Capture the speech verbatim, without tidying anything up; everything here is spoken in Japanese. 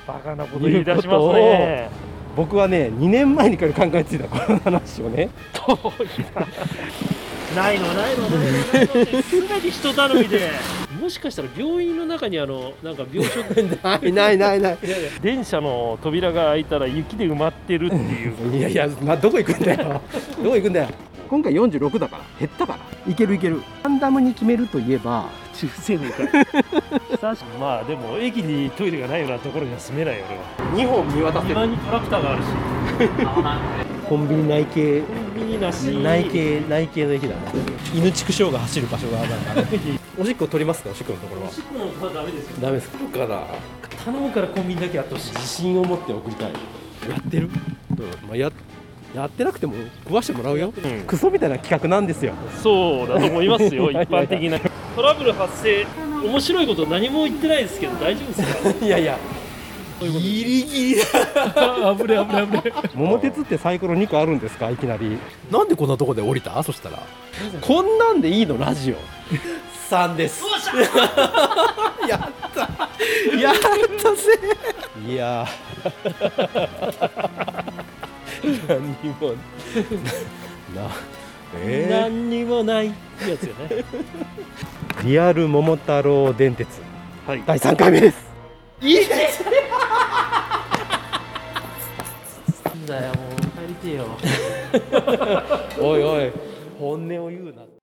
バカなこと言い出しますね。 僕はねにねんまえにから考えついたこの話をね。 ないのないのないのないのすべて人頼みで。もしかしたら病院の中にあのなんか病床ないないないない。 電車の扉が開いたら雪で埋まってるっていう。 いやいや、まあ、どこ行くんだよどこ行くんだよ。今回よんじゅうろくだから減ったからいけるいける。ランダムに決めるといえば中世の会まあでも駅にトイレがないようなところには住めないよ俺は。 にほん見渡せる。 庭にトラクターがあるしコンビニ内系コンビニなし内系内系の駅だな。犬畜生が走る場所があるからおしっこ取りますか。おしっこのところはおしっこのダメですよ。 ダメですか。から頼むからコンビニだけやってほしい。 自信を持って送りたい。やってる、うんまあ、ややってなくても食わしてもらうよ、うん、クソみたいな企画なんですよ。 そうだと思いますよ。一般的なトラブル発生、面白いこと何も言ってないですけど大丈夫ですか。 いやいやギリギリだ危ね危ね危ね。 桃鉄ってサイコロにこあるんですか。いきなりなんでこんなとこで降りた。そしたらこんなんでいいのラジオさんですやったやったぜ。いや何にもな、えー、 何にもないやつよね。 リアル桃太郎電鉄、 はい、 だいさんかいめです。いいですなんだよもう帰りてえよおいおい本音を言うな。